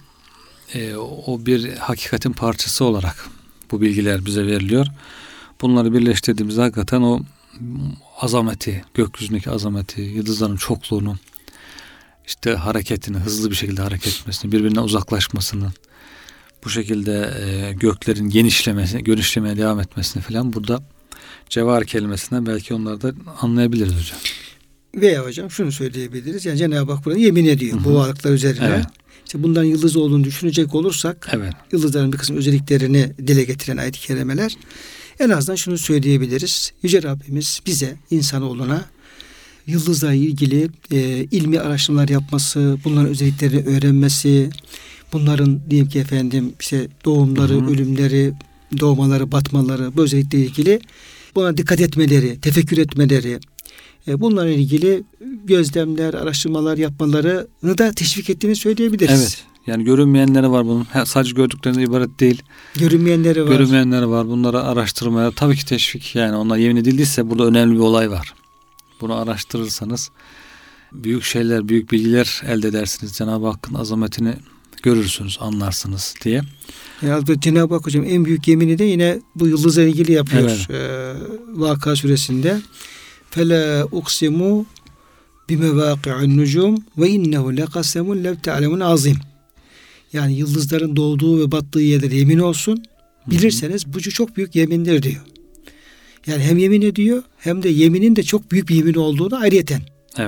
o bir hakikatin parçası olarak bu bilgiler bize veriliyor. Bunları birleştirdiğimizde hakikaten o azameti, gökyüzündeki azameti, yıldızların çokluğunu, işte hareketini, hızlı bir şekilde hareket etmesini, birbirinden uzaklaşmasını, bu şekilde göklerin genişlemeye devam etmesini falan burada cevher kelimesinden belki onları da anlayabiliriz hocam. Veya hocam şunu söyleyebiliriz. Yani Cenab-ı Hak burada yemin ediyor bu varlıklar üzerine. Evet. İşte bundan yıldız olduğunu düşünecek olursak yıldızların bir kısım özelliklerini dile getiren ayet-i kerimeler, en azından şunu söyleyebiliriz. Yüce Rabbimiz bize, insanoğluna yıldızla ilgili ilmi araştırmalar yapması, bunların özelliklerini öğrenmesi, bunların diyelim ki efendim işte doğumları, ölümleri, doğmaları, batmaları, bu özellikle ilgili buna dikkat etmeleri, tefekkür etmeleri, bunlarla ilgili gözlemler, araştırmalar yapmalarını da teşvik ettiğini söyleyebiliriz. Evet. Yani görünmeyenleri var bunun. Sadece gördüklerine ibaret değil. Görünmeyenleri var. Bunları araştırmaya tabii ki teşvik. Yani onlar yemin edildiyse burada önemli bir olay var. Bunu araştırırsanız büyük şeyler, büyük bilgiler elde edersiniz. Cenab-ı Hakk'ın azametini görürsünüz, anlarsınız diye. Yani Cenab-ı Hak hocam en büyük yemini de yine bu yıldızla ilgili yapıyor. Vaka suresinde. فَلَا اُقْسِمُوا بِمَوَاقِعُ النُّجُومِ وَاِنَّهُ لَقَسَمٌ لَوْ تَعْلَمُونَ azim. Yani yıldızların doğduğu ve battığı yerlere yemin olsun. Bilirseniz bu çok büyük yemindir diyor. Yani hem yemin ediyor hem de yeminin de çok büyük bir yemin olduğunu ayrıyeten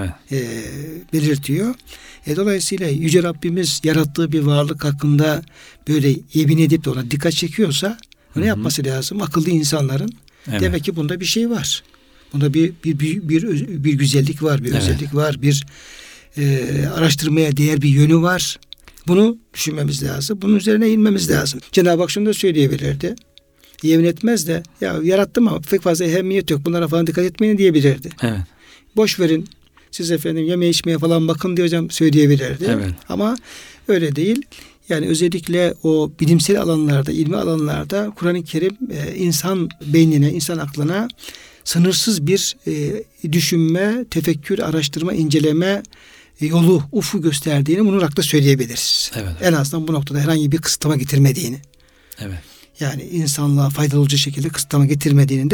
belirtiyor. Dolayısıyla Yüce Rabbimiz yarattığı bir varlık hakkında böyle yemin edip de ona dikkat çekiyorsa ne yapması lazım? Akıllı insanların demek ki bunda bir şey var. Bunda bir güzellik var, bir özellik var, bir araştırmaya değer bir yönü var. Bunu düşünmemiz lazım. Bunun üzerine inmemiz lazım. Cenab-ı Hak şunu da söyleyebilirdi. Yemin etmez de ya yarattım ama pek fazla ehemmiyet yok. Bunlara falan dikkat etmeyin diyebilirdi. Evet. Boş verin. Siz efendim yeme içmeye falan bakın diye hocam söyleyebilirdi. Evet. Ama öyle değil. Yani özellikle o bilimsel alanlarda, ilmi alanlarda Kur'an-ı Kerim insan beynine, insan aklına sınırsız bir düşünme, tefekkür, araştırma, inceleme yolu, ufu gösterdiğini bunu rahatlıkla söyleyebiliriz. Evet. En azından bu noktada herhangi bir kısıtlama getirmediğini. Evet. Yani insanlığa faydalı olacak şekilde kısıtlama getirmediğini de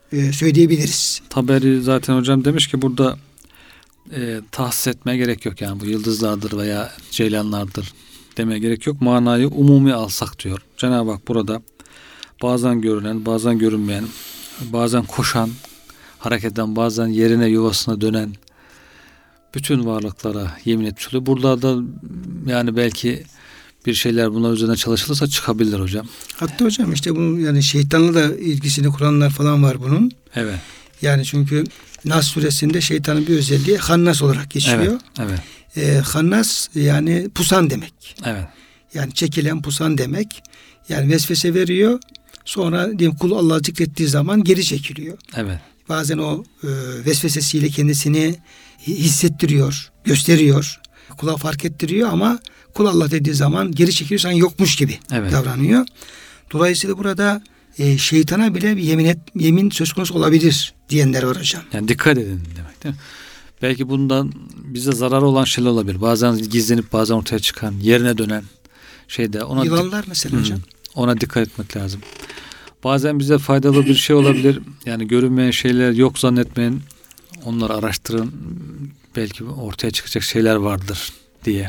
söyleyebiliriz. Taberi zaten hocam demiş ki burada tahsis etmeye gerek yok. Yani bu yıldızlardır veya ceylanlardır demeye gerek yok. Manayı umumi alsak diyor. Cenab-ı Hak burada bazen görünen, bazen görünmeyen, bazen koşan, hareket eden, bazen yerine yuvasına dönen bütün varlıklara yemin etmiş oluyor. Burada da yani belki bir şeyler bunlar üzerine çalışılırsa çıkabilir hocam. Hatta hocam işte bu yani şeytanla da ilgisini kuranlar falan var bunun. Evet. Yani çünkü Nas suresinde şeytanın bir özelliği Hannas olarak geçiyor. Evet. Hannas yani pusan demek. Evet. Yani çekilen, pusan demek. Yani vesvese veriyor. Sonra diyelim kul Allah'ı zikrettiği zaman geri çekiliyor. Evet. Bazen o vesvesesiyle kendisini hissettiriyor, gösteriyor. Kula fark ettiriyor ama kul Allah dediği zaman geri çekiliyor, sanki yokmuş gibi davranıyor. Dolayısıyla burada şeytana bile bir yemin söz konusu olabilir diyenler var hocam. Yani dikkat edin demek değil mi? Belki bundan bize zararı olan şeyler olabilir. Bazen gizlenip bazen ortaya çıkan, yerine dönen şeyde. Yılanlar mesela hocam. Ona dikkat etmek lazım. Bazen bize faydalı bir şey olabilir. Yani görünmeyen şeyler yok zannetmeyin. Onları araştırın. Belki ortaya çıkacak şeyler vardır diye.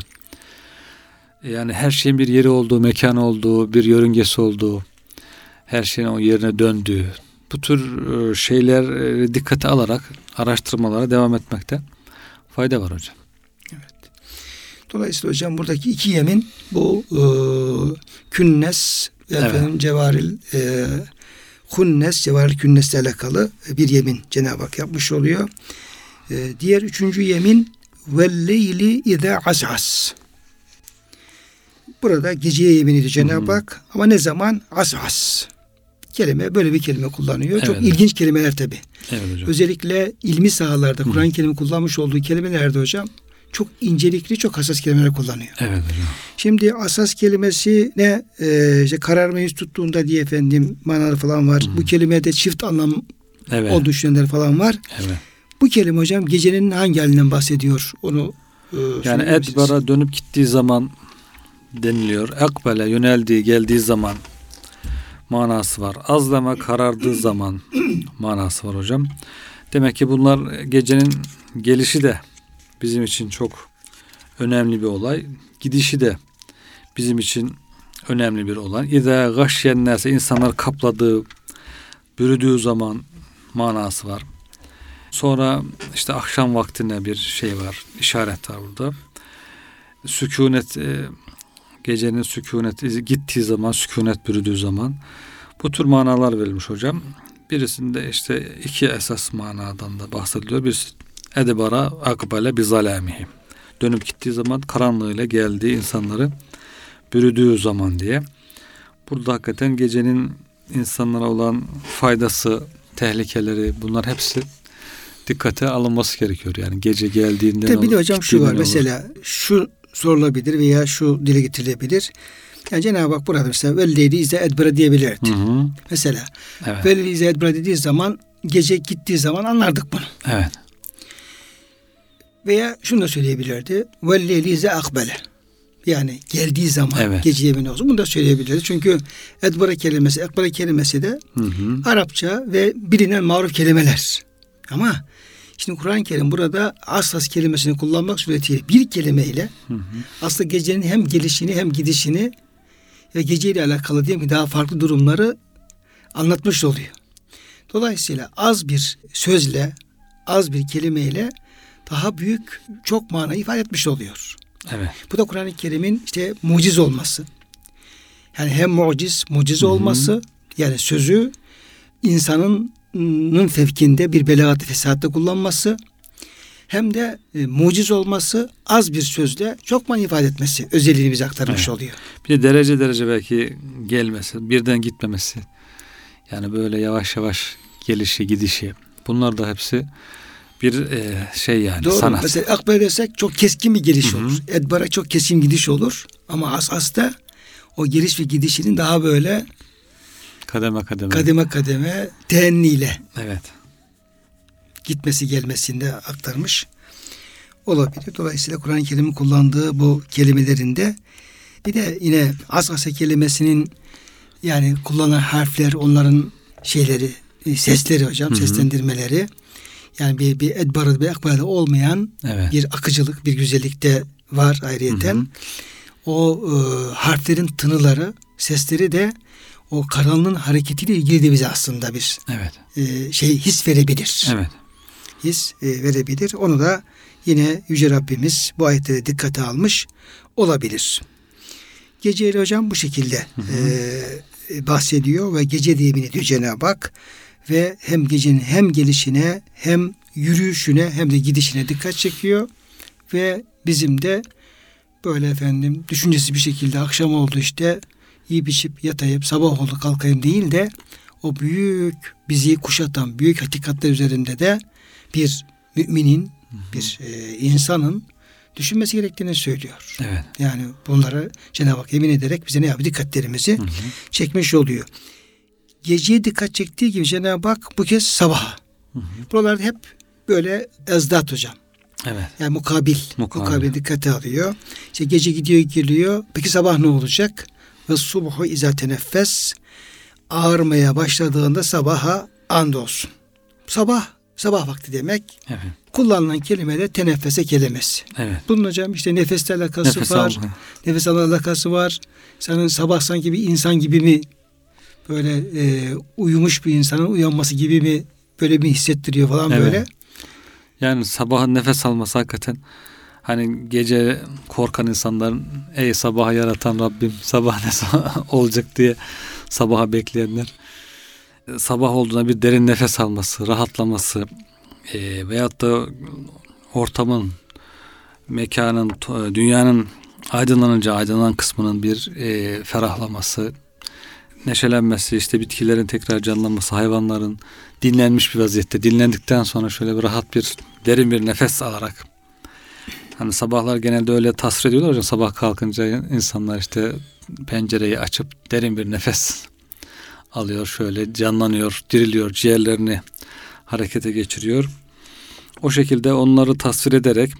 Yani her şeyin bir yeri olduğu, mekanı olduğu, bir yörüngesi olduğu, her şeyin o yerine döndüğü, bu tür şeyler dikkate alarak araştırmalara devam etmekte fayda var hocam. Evet. Dolayısıyla hocam buradaki iki yemin bu künnes, cevaril hunnes, cevaril künnesle alakalı bir yemin Cenab-ı Hak yapmış oluyor. Diğer üçüncü yemin velleyli izâ as'as. Burada geceye yemin ediyor Cenab-ı Hak. Ama ne zaman? As'as. Kelime, böyle bir kelime kullanıyor. Evet. Çok ilginç kelimeler tabi. Evet hocam. Özellikle ilmi sahalarda Kur'an-ı Kerim'in kullanmış olduğu kelimelerde hocam çok incelikli, çok hassas kelimeler kullanıyor. Evet hocam. Şimdi asas kelimesi ne? İşte kararma yüz tuttuğunda diye efendim manaları falan var. Bu kelimede çift anlam olduğu düşünenler falan var. Evet. Bu kelime hocam gecenin hangi halinden bahsediyor? Onu yani edbara dönüp gittiği zaman deniliyor. Akbele yöneldiği, geldiği zaman manası var. Azlama karardığı zaman manası var hocam. Demek ki bunlar gecenin gelişi de bizim için çok önemli bir olay. Gidişi de bizim için önemli bir olay. İzâ gâşyennâse insanlar kapladığı, bürüdüğü zaman manası var. Sonra işte akşam vaktine bir şey var, işaret var burada. Sükûnet, gecenin sükûnet gittiği zaman, sükûnet bürüdüğü zaman bu tür manalar verilmiş hocam. Birisinde işte iki esas manadan da bahsediliyor. Birisi edbara akbale bizalamihi. Dönüp gittiği zaman karanlığıyla geldiği insanları bürüdüğü zaman diye. Burada hakikaten gecenin insanlara olan faydası, tehlikeleri bunlar hepsi dikkate alınması gerekiyor. Yani gece geldiğinden tabii de hocam şu var mesela şu sorulabilir veya şu dile getirilebilir. Yani Cenab-ı Hak burada mesela velleyli izâ edbara diyebilirdi. Mesela velleyli izâ edbara dediği zaman gece gittiği zaman anlardık bunu. Evet. Veya şunu da söyleyebilirdi. Velleyli izâ akbele. Yani geldiği zaman gece yemini olsun. Bunu da söyleyebilirdi. Çünkü edbara kelimesi, akbara kelimesi de Arapça ve bilinen maruf kelimeler. Ama şimdi Kur'an-ı Kerim burada asas kelimesini kullanmak suretiyle bir kelimeyle aslında gecenin hem gelişini hem gidişini ve geceyle alakalı diyelim ki daha farklı durumları anlatmış oluyor. Dolayısıyla az bir sözle, az bir kelimeyle daha büyük çok mana ifade etmiş oluyor. Evet. Bu da Kur'an-ı Kerim'in işte muciz olması. Yani hem muciz olması, yani sözü insanın fevkinde bir belagat-ı fesahatta kullanması, hem de muciz olması, az bir sözle çok mana ifade etmesi özelliğini bize aktarmış oluyor. Bir de derece belki gelmesi, birden gitmemesi. Yani böyle yavaş yavaş gelişi, gidişi. Bunlar da hepsi bir şey yani doğru. Sanat. Mesela akbel desek çok keskin bir geliş olur. Edbara çok keskin gidiş olur. Ama asasta o geliş ve gidişinin daha böyle kademe teenniyle gitmesi gelmesinde aktarmış olabilir. Dolayısıyla Kur'an-ı Kerim'in kullandığı bu kelimelerinde bir de yine asasa kelimesinin yani kullanılan harfler, onların şeyleri, sesleri hocam, seslendirmeleri. Yani bir edbarı bir akbarı olmayan bir akıcılık, bir güzellik de var ayrıyeten. O harflerin tınıları, sesleri de o karanlığın hareketiyle ilgili de bize aslında bir his verebilir. Evet. His verebilir. Onu da yine Yüce Rabbimiz bu ayette dikkate almış olabilir. Geceyle hocam bu şekilde bahsediyor ve gece diye yemin ediyor Cenab-ı Hak ve hem gecenin hem gelişine hem yürüyüşüne hem de gidişine dikkat çekiyor ve bizim de böyle düşüncesi bir şekilde akşam oldu işte yiyip içip yatayıp sabah oldu kalkayım değil de o büyük bizi kuşatan büyük hakikatler üzerinde de bir müminin bir insanın düşünmesi gerektiğini söylüyor. Evet. Yani bunları Cenab-ı Hak yemin ederek bize ne yapıyor? Dikkatlerimizi çekmiş oluyor. Geceye dikkat çektiği gibi Cenab-ı Hak bu kez sabah. Buralarda hep böyle ezdat hocam. Evet. Yani mukabil dikkate alıyor. İşte gece gidiyor geliyor. Peki sabah ne olacak? Ve subhu izâ teneffes, ağarmaya başladığında sabaha andolsun. Sabah vakti demek. Evet. Kullanılan kelime de teneffese kelimesi. Evet. Bunun hocam işte nefesle alakası var. Nefes alakası var. Senin sabah sanki bir insan gibi mi böyle uyumuş bir insanın uyanması gibi mi böyle bir hissettiriyor falan böyle. Yani sabahın nefes alması hakikaten hani gece korkan insanların ey sabahı yaratan Rabbim sabah ne olacak diye sabaha bekleyenler sabah olduğuna bir derin nefes alması, rahatlaması veyahut da ortamın, mekanın, dünyanın aydınlanan kısmının bir ferahlaması, neşelenmesi, işte bitkilerin tekrar canlanması, hayvanların dinlenmiş bir vaziyette, dinlendikten sonra şöyle bir rahat bir derin bir nefes alarak, hani sabahlar genelde öyle tasvir ediyorlar hocam, sabah kalkınca insanlar işte pencereyi açıp derin bir nefes alıyor, şöyle canlanıyor, diriliyor, ciğerlerini harekete geçiriyor. O şekilde onları tasvir ederek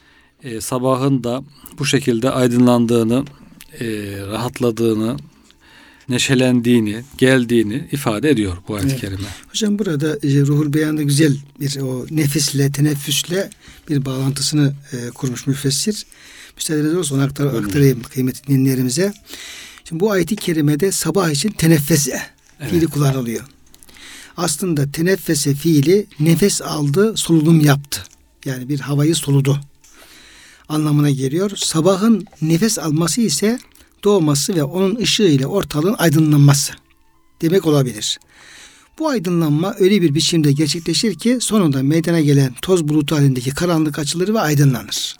sabahın da bu şekilde aydınlandığını, rahatladığını, neşelendiğini, geldiğini ifade ediyor bu ayet-i kerime. Hocam burada Ruhul Beyan'da güzel bir o nefisle, teneffüsle bir bağlantısını kurmuş müfessir. Müsaadeniz olursa onu aktarayım kıymetli dinleyenlerimize. Şimdi bu ayet-i kerimede sabah için teneffese fiili kullanılıyor. Aslında teneffese fiili nefes aldı, solunum yaptı. Yani bir havayı soludu anlamına geliyor. Sabahın nefes alması ise doğması ve onun ışığıyla ortalığın aydınlanması demek olabilir. Bu aydınlanma öyle bir biçimde gerçekleşir ki sonunda meydana gelen toz bulutu halindeki karanlık açılır ve aydınlanır.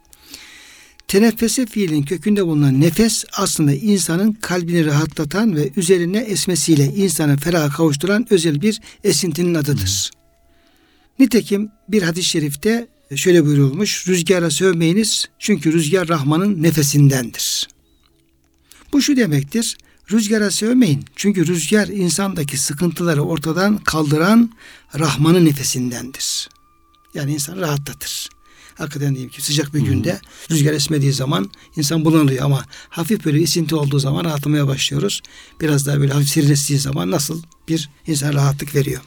Teneffese fiilin kökünde bulunan nefes aslında insanın kalbini rahatlatan ve üzerine esmesiyle insanı feraha kavuşturan özel bir esintinin adıdır. Nitekim bir hadis-i şerifte şöyle buyurulmuş: rüzgara sövmeyiniz çünkü rüzgar Rahman'ın nefesindendir. Bu şu demektir: rüzgara sövmeyin çünkü rüzgar insandaki sıkıntıları ortadan kaldıran Rahman'ın nefesindendir. Yani insanı rahatlatır. Hakikaten diyeyim ki sıcak bir günde rüzgar esmediği zaman insan bunalıyor ama hafif böyle esinti olduğu zaman rahatlamaya başlıyoruz. Biraz daha böyle hafif serinlediği zaman nasıl bir insan rahatlık veriyor.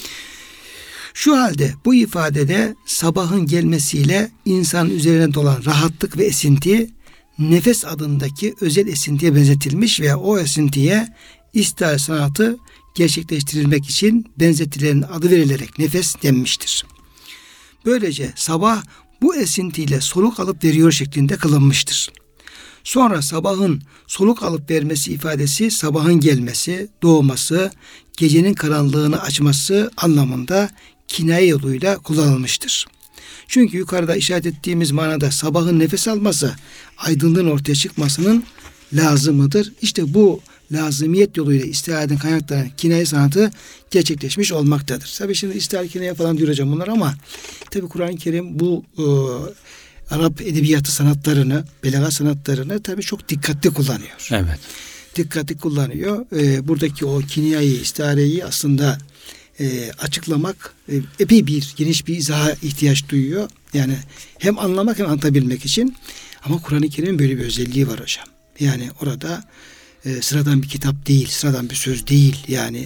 Şu halde bu ifadede sabahın gelmesiyle insan üzerine dolan rahatlık ve esinti nefes adındaki özel esintiye benzetilmiş ve o esintiye istihar sanatı gerçekleştirilmek için benzetilerin adı verilerek nefes denmiştir. Böylece sabah bu esintiyle soluk alıp veriyor şeklinde kılınmıştır. Sonra sabahın soluk alıp vermesi ifadesi sabahın gelmesi, doğması, gecenin karanlığını açması anlamında kinaye yoluyla kullanılmıştır. Çünkü yukarıda işaret ettiğimiz manada sabahın nefes alması, aydınlığın ortaya çıkmasının lazımıdır. İşte bu lazımiyet yoluyla istiharetin kaynaklanan kinaye sanatı gerçekleşmiş olmaktadır. Tabii şimdi istihare kinaye falan diyor hocam bunlar ama tabii Kur'an-ı Kerim bu Arap edebiyatı sanatlarını, belagat sanatlarını tabii çok dikkatli kullanıyor. Evet. Dikkatli kullanıyor. Buradaki o kinayayı, istihareyi aslında açıklamak epey bir geniş bir izaha ihtiyaç duyuyor. Yani hem anlamak hem anlatabilmek için. Ama Kur'an-ı Kerim'in böyle bir özelliği var hocam. Yani orada sıradan bir kitap değil, sıradan bir söz değil. Yani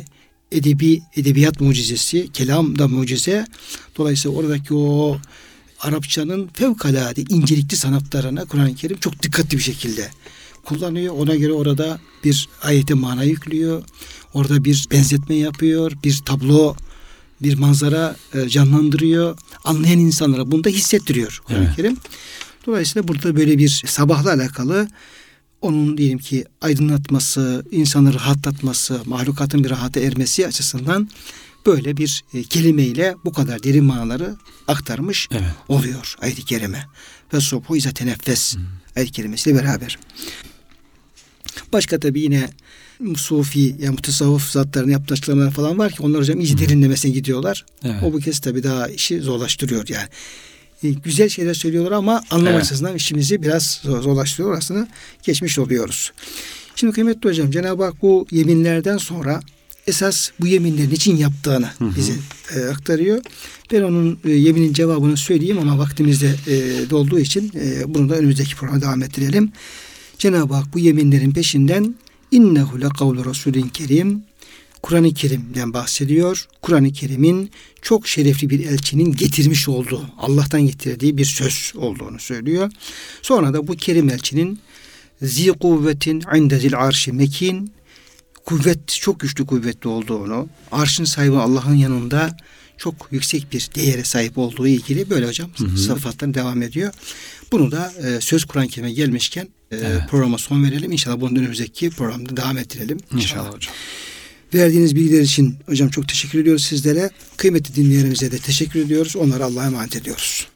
edebiyat mucizesi, kelam da mucize. Dolayısıyla oradaki o Arapçanın fevkalade incelikli sanatlarına Kur'an-ı Kerim çok dikkatli bir şekilde kullanıyor. Ona göre orada bir ayete mana yüklüyor. Orada bir benzetme yapıyor. Bir tablo, bir manzara canlandırıyor. Anlayan insanlara bunu da hissettiriyor Kur'an-ı Kerim. Dolayısıyla burada böyle bir sabahla alakalı onun diyelim ki aydınlatması, insanı rahatlatması, mahlukatın bir rahata ermesi açısından böyle bir kelimeyle bu kadar derin manaları aktarmış oluyor ayet-i kerime. Ve subhu ize teneffes ayet-i kerimesiyle beraber. Başka tabii yine sufi yani mutasavvıf zatlarının yaptığı açıklamalar falan var ki onlar hocam iyice derinlemesine gidiyorlar. Evet. O bu kez tabii daha işi zorlaştırıyor yani. Güzel şeyler söylüyorlar ama anlam açısından işimizi biraz zorlaştırıyor. Aslında geçmiş oluyoruz. Şimdi kıymetli hocam Cenab-ı Hak bu yeminlerden sonra esas bu yeminlerin için yaptığını bize aktarıyor. Ben onun yeminin cevabını söyleyeyim ama vaktimiz de dolduğu için bunu da önümüzdeki programa devam ettirelim. Cenab-ı Hak bu yeminlerin peşinden innehu lekavlu rasulin kerim Kur'an-ı Kerim'den bahsediyor. Kur'an-ı Kerim'in çok şerefli bir elçinin getirmiş olduğu, Allah'tan getirdiği bir söz olduğunu söylüyor. Sonra da bu Kerim elçinin zi kuvvetin inde zil arşi mekin kuvvet, çok güçlü kuvvetli olduğunu, arşın sahibi Allah'ın yanında çok yüksek bir değere sahip olduğu ilgili böyle hocam sıfatlar devam ediyor. Bunu da söz Kur'an-ı Kerim'e gelmişken programa son verelim. İnşallah bunun önümüzdeki programda devam ettirelim. İnşallah hocam. Verdiğiniz bilgiler için hocam çok teşekkür ediyoruz sizlere. Kıymetli dinleyenlerimize de teşekkür ediyoruz. Onları Allah'a emanet ediyoruz.